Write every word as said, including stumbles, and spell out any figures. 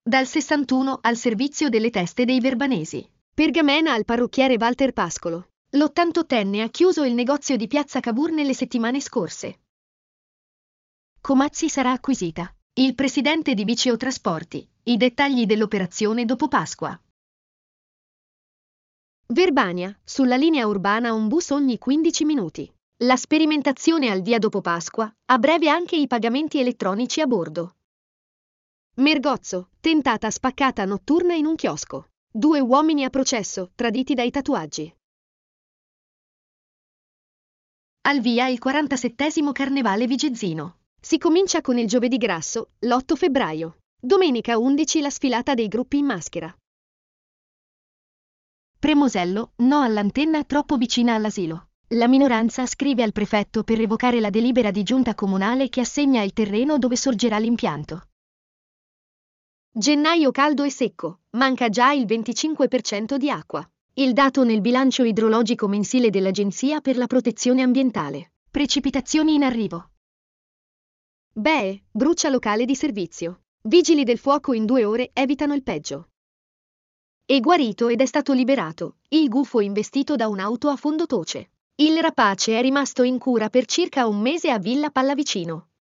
Dal sessantuno al servizio delle teste dei verbanesi. Pergamena al parrucchiere Walter Pascolo. L'ottantottenne ha chiuso il negozio di Piazza Cavour nelle settimane scorse. Comazzi sarà acquisita. Il presidente di Biceo Trasporti. I dettagli dell'operazione dopo Pasqua. Verbania, sulla linea urbana un bus ogni quindici minuti. La sperimentazione al via dopo Pasqua, a breve anche i pagamenti elettronici a bordo. Mergozzo, tentata spaccata notturna in un chiosco. Due uomini a processo, traditi dai tatuaggi. Al via il quarantasettesimo Carnevale Vigezzino. Si comincia con il giovedì grasso, l'otto febbraio. Domenica undici la sfilata dei gruppi in maschera. Premosello, no all'antenna troppo vicina all'asilo. La minoranza scrive al prefetto per revocare la delibera di giunta comunale che assegna il terreno dove sorgerà l'impianto. Gennaio caldo e secco, manca già il venticinque per cento di acqua. Il dato nel bilancio idrologico mensile dell'Agenzia per la Protezione Ambientale. Precipitazioni in arrivo. B E E, brucia locale di servizio. Vigili del fuoco in due ore evitano il peggio. È guarito ed è stato liberato, il gufo investito da un'auto a fondo toce. Il rapace è rimasto in cura per circa un mese a Villa Pallavicino.